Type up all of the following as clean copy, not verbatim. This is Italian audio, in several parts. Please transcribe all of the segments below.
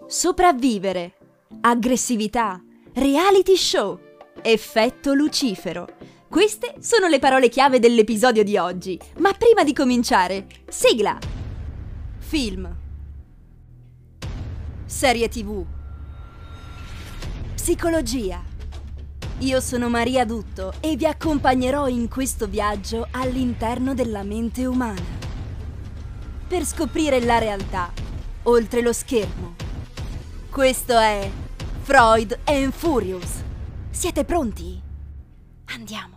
Sopravvivere, aggressività, reality show, effetto Lucifero. Queste sono le parole chiave dell'episodio di oggi, ma prima di cominciare, sigla! Film, serie TV, psicologia. Io sono Maria Dutto e vi accompagnerò in questo viaggio all'interno della mente umana, per scoprire la realtà, oltre lo schermo. Questo è Freud and Furious. Siete pronti? Andiamo!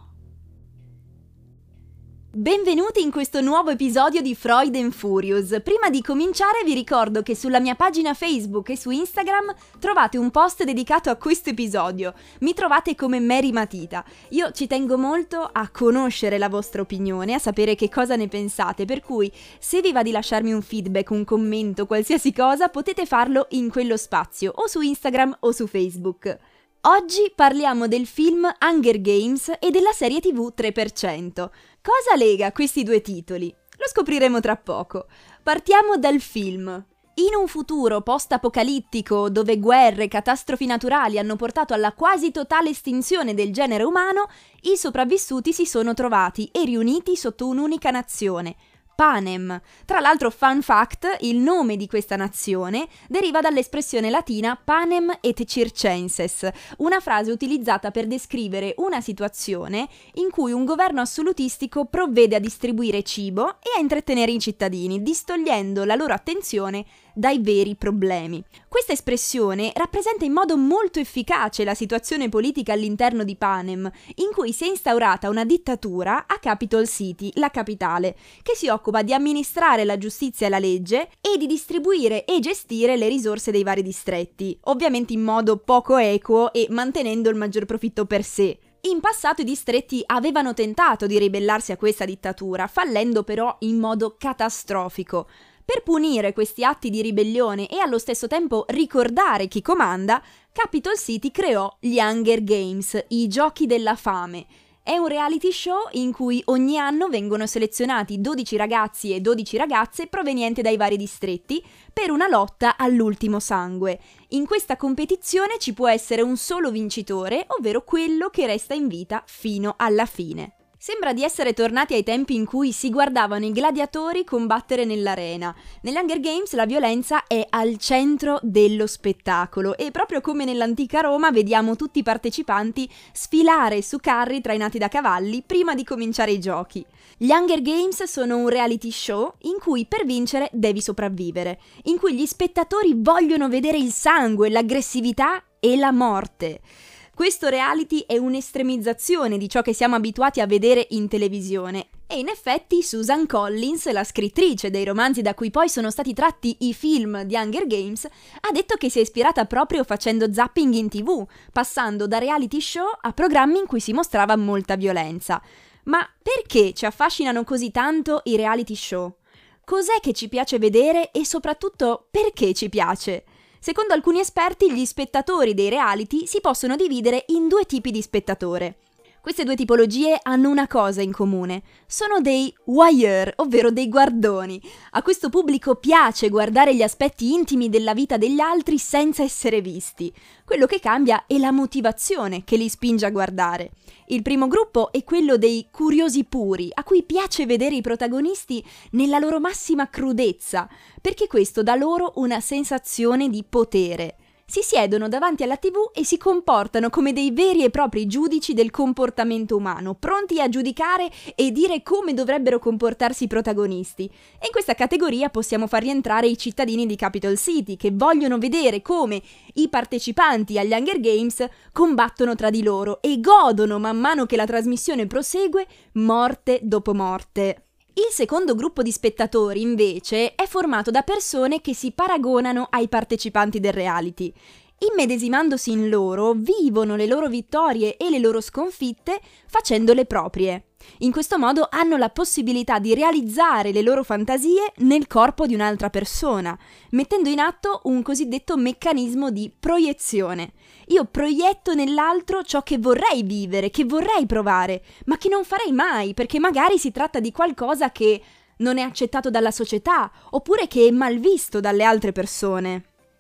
Benvenuti in questo nuovo episodio di Freud and Furious. Prima di cominciare vi ricordo che sulla mia pagina Facebook e su Instagram trovate un post dedicato a questo episodio. Mi trovate come Mary Matita. Io ci tengo molto a conoscere la vostra opinione, a sapere che cosa ne pensate, per cui se vi va di lasciarmi un feedback, un commento, qualsiasi cosa, potete farlo in quello spazio, o su Instagram o su Facebook. Oggi parliamo del film Hunger Games e della serie TV 3%. Cosa lega questi due titoli? Lo scopriremo tra poco. Partiamo dal film. In un futuro post-apocalittico dove guerre e catastrofi naturali hanno portato alla quasi totale estinzione del genere umano, i sopravvissuti si sono trovati e riuniti sotto un'unica nazione, Panem. Tra l'altro, fun fact, il nome di questa nazione deriva dall'espressione latina panem et circenses, una frase utilizzata per descrivere una situazione in cui un governo assolutistico provvede a distribuire cibo e a intrattenere i cittadini, distogliendo la loro attenzione dai veri problemi. Questa espressione rappresenta in modo molto efficace la situazione politica all'interno di Panem, in cui si è instaurata una dittatura a Capitol City, la capitale, che si occupa di amministrare la giustizia e la legge e di distribuire e gestire le risorse dei vari distretti, ovviamente in modo poco equo e mantenendo il maggior profitto per sé. In passato i distretti avevano tentato di ribellarsi a questa dittatura, fallendo però in modo catastrofico. Per punire questi atti di ribellione e allo stesso tempo ricordare chi comanda, Capitol City creò gli Hunger Games, i Giochi della Fame. È un reality show in cui ogni anno vengono selezionati 12 ragazzi e 12 ragazze provenienti dai vari distretti per una lotta all'ultimo sangue. In questa competizione ci può essere un solo vincitore, ovvero quello che resta in vita fino alla fine. Sembra di essere tornati ai tempi in cui si guardavano i gladiatori combattere nell'arena. Negli Hunger Games la violenza è al centro dello spettacolo e proprio come nell'antica Roma vediamo tutti i partecipanti sfilare su carri trainati da cavalli prima di cominciare i giochi. Gli Hunger Games sono un reality show in cui per vincere devi sopravvivere, in cui gli spettatori vogliono vedere il sangue, l'aggressività e la morte. Questo reality è un'estremizzazione di ciò che siamo abituati a vedere in televisione e in effetti Susan Collins, la scrittrice dei romanzi da cui poi sono stati tratti i film di Hunger Games, ha detto che si è ispirata proprio facendo zapping in TV, passando da reality show a programmi in cui si mostrava molta violenza. Ma perché ci affascinano così tanto i reality show? Cos'è che ci piace vedere e soprattutto perché ci piace? Secondo alcuni esperti, gli spettatori dei reality si possono dividere in due tipi di spettatore. Queste due tipologie hanno una cosa in comune: sono dei voyeur, ovvero dei guardoni. A questo pubblico piace guardare gli aspetti intimi della vita degli altri senza essere visti. Quello che cambia è la motivazione che li spinge a guardare. Il primo gruppo è quello dei curiosi puri, a cui piace vedere i protagonisti nella loro massima crudezza, perché questo dà loro una sensazione di potere. Si siedono davanti alla TV e si comportano come dei veri e propri giudici del comportamento umano, pronti a giudicare e dire come dovrebbero comportarsi i protagonisti. E in questa categoria possiamo far rientrare i cittadini di Capitol City, che vogliono vedere come i partecipanti agli Hunger Games combattono tra di loro e godono man mano che la trasmissione prosegue, morte dopo morte. Il secondo gruppo di spettatori, invece, è formato da persone che si paragonano ai partecipanti del reality. Immedesimandosi in loro, vivono le loro vittorie e le loro sconfitte facendole proprie. In questo modo hanno la possibilità di realizzare le loro fantasie nel corpo di un'altra persona, mettendo in atto un cosiddetto meccanismo di proiezione. Io proietto nell'altro ciò che vorrei vivere, che vorrei provare, ma che non farei mai, perché magari si tratta di qualcosa che non è accettato dalla società, oppure che è mal visto dalle altre persone.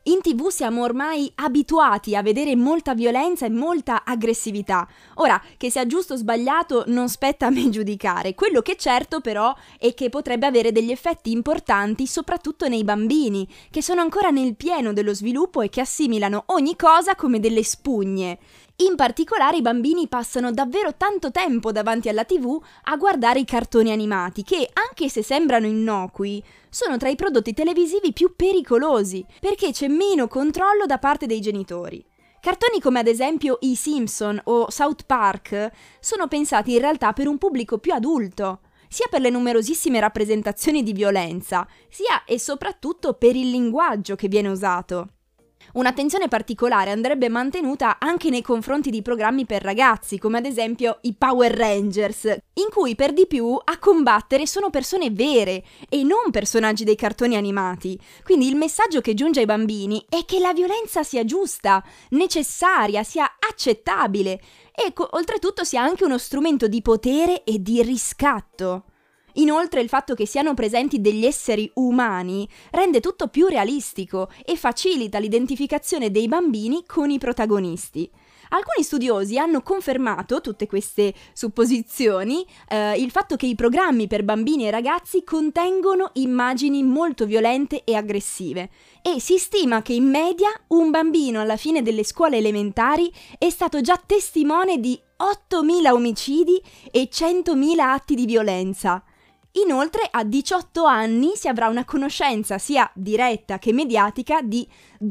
In TV siamo ormai abituati a vedere molta violenza e molta aggressività. Ora, che sia giusto o sbagliato non spetta a me giudicare. Quello che è certo però è che potrebbe avere degli effetti importanti soprattutto nei bambini, che sono ancora nel pieno dello sviluppo e che assimilano ogni cosa come delle spugne. In particolare i bambini passano davvero tanto tempo davanti alla TV a guardare i cartoni animati che, anche se sembrano innocui, sono tra i prodotti televisivi più pericolosi, perché c'è meno controllo da parte dei genitori. Cartoni come ad esempio I Simpson o South Park sono pensati in realtà per un pubblico più adulto, sia per le numerosissime rappresentazioni di violenza, sia e soprattutto per il linguaggio che viene usato. Un'attenzione particolare andrebbe mantenuta anche nei confronti di programmi per ragazzi, come ad esempio i Power Rangers, in cui per di più a combattere sono persone vere e non personaggi dei cartoni animati. Quindi il messaggio che giunge ai bambini è che la violenza sia giusta, necessaria, sia accettabile e oltretutto sia anche uno strumento di potere e di riscatto. Inoltre il fatto che siano presenti degli esseri umani rende tutto più realistico e facilita l'identificazione dei bambini con i protagonisti. Alcuni studiosi hanno confermato tutte queste supposizioni, il fatto che i programmi per bambini e ragazzi contengono immagini molto violente e aggressive e si stima che in media un bambino alla fine delle scuole elementari è stato già testimone di 8.000 omicidi e 100.000 atti di violenza. Inoltre, a 18 anni si avrà una conoscenza sia diretta che mediatica di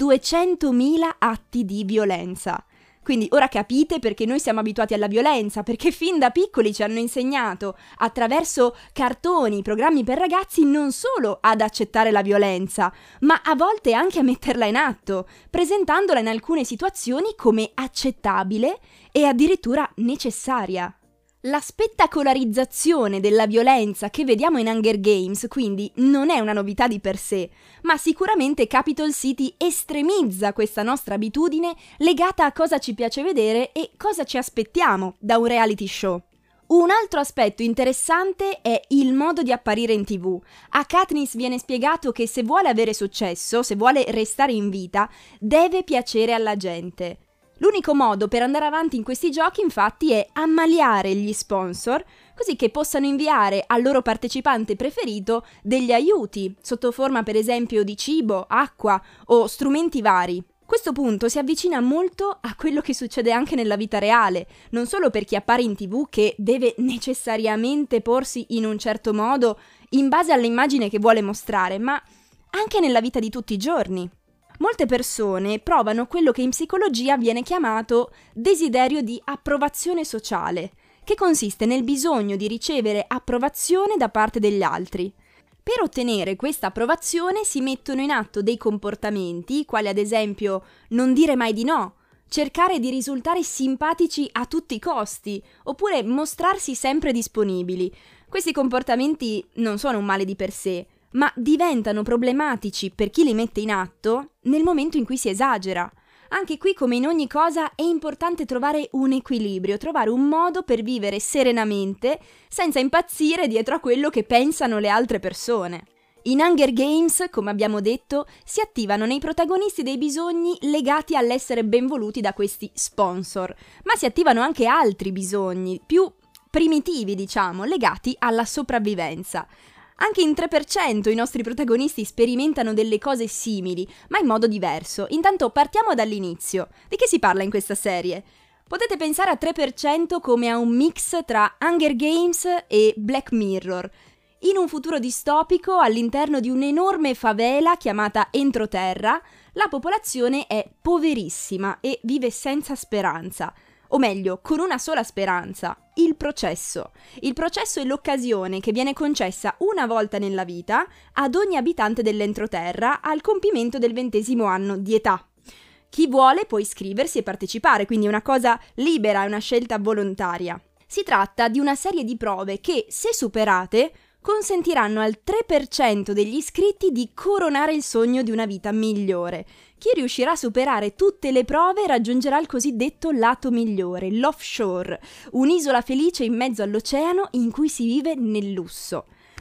200.000 atti di violenza. Quindi ora capite perché noi siamo abituati alla violenza, perché fin da piccoli ci hanno insegnato, attraverso cartoni, programmi per ragazzi, non solo ad accettare la violenza, ma a volte anche a metterla in atto, presentandola in alcune situazioni come accettabile e addirittura necessaria. La spettacolarizzazione della violenza che vediamo in Hunger Games quindi non è una novità di per sé, ma sicuramente Capitol City estremizza questa nostra abitudine legata a cosa ci piace vedere e cosa ci aspettiamo da un reality show. Un altro aspetto interessante è il modo di apparire in TV. A Katniss viene spiegato che se vuole avere successo, se vuole restare in vita, deve piacere alla gente. L'unico modo per andare avanti in questi giochi, infatti, è ammaliare gli sponsor, così che possano inviare al loro partecipante preferito degli aiuti, sotto forma per esempio di cibo, acqua o strumenti vari. Questo punto si avvicina molto a quello che succede anche nella vita reale, non solo per chi appare in TV che deve necessariamente porsi in un certo modo in base all'immagine che vuole mostrare, ma anche nella vita di tutti i giorni. Molte persone provano quello che in psicologia viene chiamato desiderio di approvazione sociale, che consiste nel bisogno di ricevere approvazione da parte degli altri. Per ottenere questa approvazione si mettono in atto dei comportamenti, quali ad esempio non dire mai di no, cercare di risultare simpatici a tutti i costi, oppure mostrarsi sempre disponibili. Questi comportamenti non sono un male di per sé, ma diventano problematici per chi li mette in atto nel momento in cui si esagera. Anche qui, come in ogni cosa, è importante trovare un equilibrio, trovare un modo per vivere serenamente, senza impazzire dietro a quello che pensano le altre persone. In Hunger Games, come abbiamo detto, si attivano nei protagonisti dei bisogni legati all'essere ben voluti da questi sponsor, ma si attivano anche altri bisogni, più primitivi, diciamo, legati alla sopravvivenza. Anche in 3% i nostri protagonisti sperimentano delle cose simili, ma in modo diverso. Intanto partiamo dall'inizio. Di che si parla in questa serie? Potete pensare a 3% come a un mix tra Hunger Games e Black Mirror. In un futuro distopico, all'interno di un'enorme favela chiamata Entroterra, la popolazione è poverissima e vive senza speranza. O meglio, con una sola speranza, il processo. Il processo è l'occasione che viene concessa una volta nella vita ad ogni abitante dell'entroterra al compimento del 20° anno di età. Chi vuole può iscriversi e partecipare, quindi è una cosa libera, è una scelta volontaria. Si tratta di una serie di prove che, se superate, consentiranno al 3% degli iscritti di coronare il sogno di una vita migliore. Chi riuscirà a superare tutte le prove raggiungerà il cosiddetto lato migliore, l'offshore, un'isola felice in mezzo all'oceano in cui si vive nel lusso.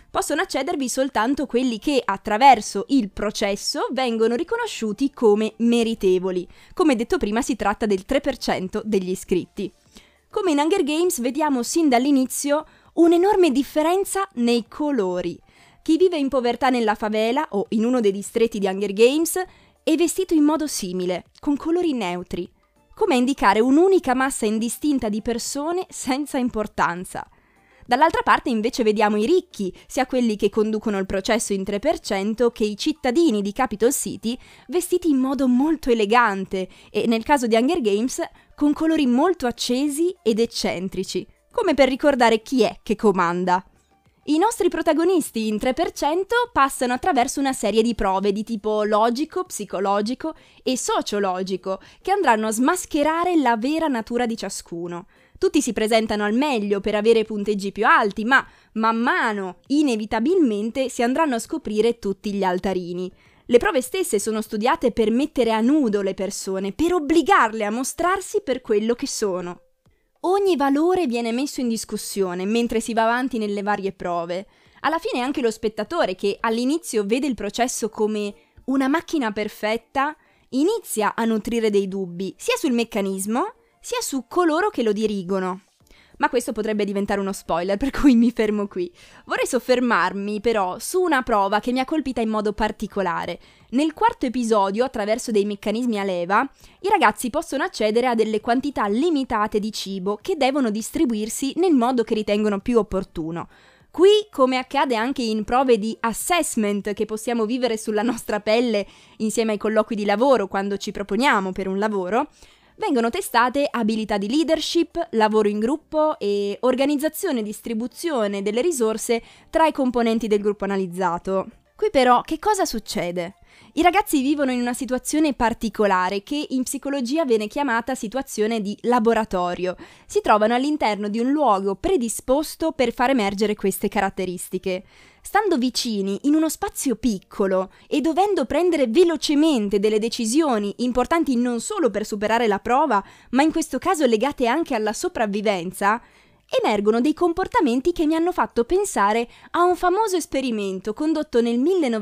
Possono accedervi soltanto quelli che, attraverso il processo, vengono riconosciuti come meritevoli. Come detto prima, si tratta del 3% degli iscritti. Come in Hunger Games, vediamo sin dall'inizio un'enorme differenza nei colori. Chi vive in povertà nella favela o in uno dei distretti di Hunger Games è vestito in modo simile, con colori neutri, come a indicare un'unica massa indistinta di persone senza importanza. Dall'altra parte invece vediamo i ricchi, sia quelli che conducono il processo in 3% che i cittadini di Capital City, vestiti in modo molto elegante e, nel caso di Hunger Games, con colori molto accesi ed eccentrici, come per ricordare chi è che comanda. I nostri protagonisti in 3% passano attraverso una serie di prove di tipo logico, psicologico e sociologico che andranno a smascherare la vera natura di ciascuno. Tutti si presentano al meglio per avere punteggi più alti, ma man mano, inevitabilmente, si andranno a scoprire tutti gli altarini. Le prove stesse sono studiate per mettere a nudo le persone, per obbligarle a mostrarsi per quello che sono. Ogni valore viene messo in discussione mentre si va avanti nelle varie prove. Alla fine anche lo spettatore, che all'inizio vede il processo come una macchina perfetta, inizia a nutrire dei dubbi, sia sul meccanismo, sia su coloro che lo dirigono. Ma questo potrebbe diventare uno spoiler, per cui mi fermo qui. Vorrei soffermarmi però su una prova che mi ha colpita in modo particolare. Nel quarto episodio, attraverso dei meccanismi a leva, i ragazzi possono accedere a delle quantità limitate di cibo che devono distribuirsi nel modo che ritengono più opportuno. Qui, come accade anche in prove di assessment che possiamo vivere sulla nostra pelle insieme ai colloqui di lavoro quando ci proponiamo per un lavoro, vengono testate abilità di leadership, lavoro in gruppo e organizzazione e distribuzione delle risorse tra i componenti del gruppo analizzato. Qui però che cosa succede? I ragazzi vivono in una situazione particolare che in psicologia viene chiamata situazione di laboratorio. Si trovano all'interno di un luogo predisposto per far emergere queste caratteristiche. Stando vicini in uno spazio piccolo e dovendo prendere velocemente delle decisioni importanti non solo per superare la prova, ma in questo caso legate anche alla sopravvivenza, emergono dei comportamenti che mi hanno fatto pensare a un famoso esperimento condotto nel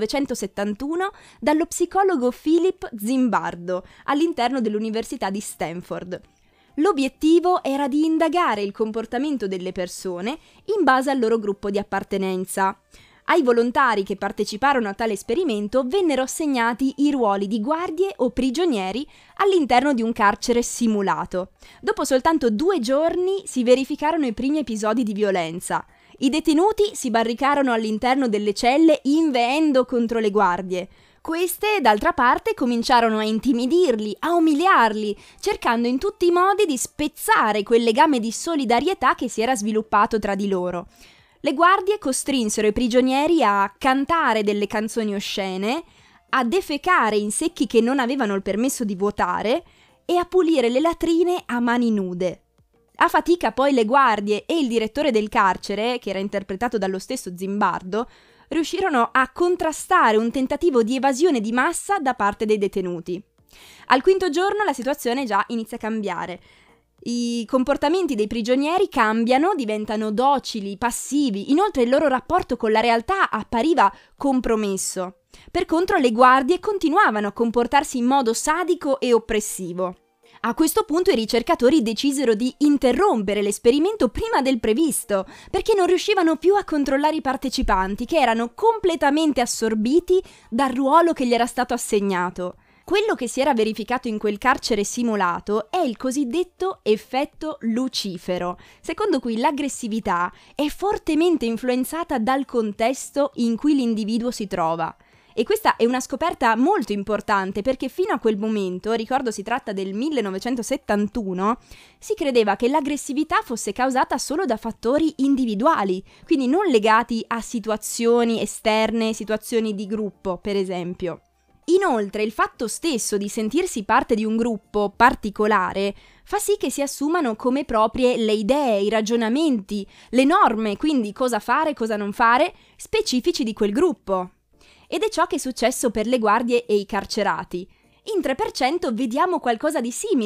1971 dallo psicologo Philip Zimbardo all'interno dell'Università di Stanford. L'obiettivo era di indagare il comportamento delle persone in base al loro gruppo di appartenenza. Ai volontari che parteciparono a tale esperimento vennero assegnati i ruoli di guardie o prigionieri all'interno di un carcere simulato. Dopo soltanto 2 giorni si verificarono i primi episodi di violenza. I detenuti si barricarono all'interno delle celle inveendo contro le guardie. Queste, d'altra parte, cominciarono a intimidirli, a umiliarli, cercando in tutti i modi di spezzare quel legame di solidarietà che si era sviluppato tra di loro. Le guardie costrinsero i prigionieri a cantare delle canzoni oscene, a defecare in secchi che non avevano il permesso di vuotare e a pulire le latrine a mani nude. A fatica poi le guardie e il direttore del carcere, che era interpretato dallo stesso Zimbardo, riuscirono a contrastare un tentativo di evasione di massa da parte dei detenuti. Al 5° giorno la situazione già inizia a cambiare. I comportamenti dei prigionieri cambiano, diventano docili, passivi, inoltre il loro rapporto con la realtà appariva compromesso. Per contro le guardie continuavano a comportarsi in modo sadico e oppressivo. A questo punto i ricercatori decisero di interrompere l'esperimento prima del previsto, perché non riuscivano più a controllare i partecipanti, che erano completamente assorbiti dal ruolo che gli era stato assegnato. Quello che si era verificato in quel carcere simulato è il cosiddetto effetto lucifero, secondo cui l'aggressività è fortemente influenzata dal contesto in cui l'individuo si trova. E questa è una scoperta molto importante perché fino a quel momento, ricordo si tratta del 1971, si credeva che l'aggressività fosse causata solo da fattori individuali, quindi non legati a situazioni esterne, situazioni di gruppo, per esempio. Inoltre, il fatto stesso di sentirsi parte di un gruppo particolare fa sì che si assumano come proprie le idee, i ragionamenti, le norme, quindi cosa fare, cosa non fare, specifici di quel gruppo. Ed è ciò che è successo per le guardie e i carcerati. In 3% vediamo qualcosa di simile.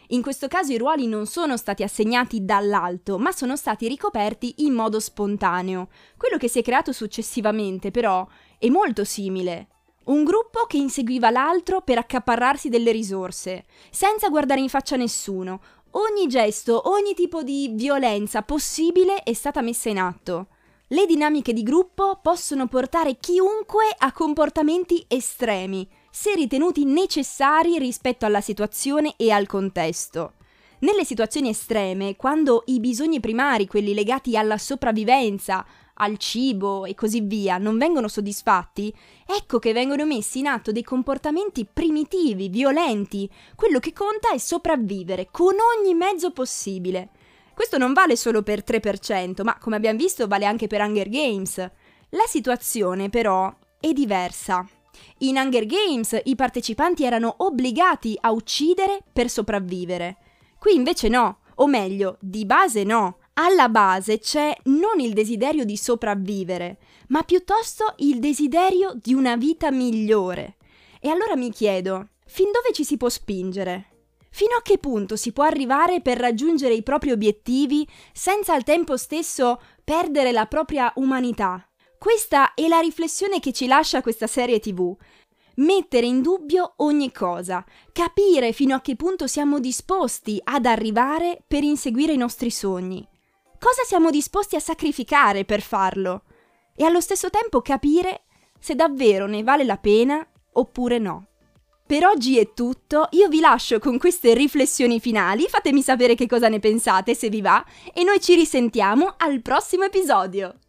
In questo caso i ruoli non sono stati assegnati dall'alto, ma sono stati ricoperti in modo spontaneo. Quello che si è creato successivamente, però, è molto simile. Un gruppo che inseguiva l'altro per accaparrarsi delle risorse, senza guardare in faccia nessuno. Ogni gesto, ogni tipo di violenza possibile è stata messa in atto. Le dinamiche di gruppo possono portare chiunque a comportamenti estremi, se ritenuti necessari rispetto alla situazione e al contesto. Nelle situazioni estreme, quando i bisogni primari, quelli legati alla sopravvivenza, al cibo e così via, non vengono soddisfatti, ecco che vengono messi in atto dei comportamenti primitivi, violenti. Quello che conta è sopravvivere con ogni mezzo possibile. Questo non vale solo per 3%, ma come abbiamo visto vale anche per Hunger Games. La situazione però è diversa. In Hunger Games i partecipanti erano obbligati a uccidere per sopravvivere. Qui invece no, o meglio, di base no. Alla base c'è non il desiderio di sopravvivere, ma piuttosto il desiderio di una vita migliore. E allora mi chiedo, fin dove ci si può spingere? Fino a che punto si può arrivare per raggiungere i propri obiettivi senza al tempo stesso perdere la propria umanità? Questa è la riflessione che ci lascia questa serie TV. Mettere in dubbio ogni cosa, capire fino a che punto siamo disposti ad arrivare per inseguire i nostri sogni. Cosa siamo disposti a sacrificare per farlo? E allo stesso tempo capire se davvero ne vale la pena oppure no. Per oggi è tutto, io vi lascio con queste riflessioni finali, fatemi sapere che cosa ne pensate se vi va e noi ci risentiamo al prossimo episodio.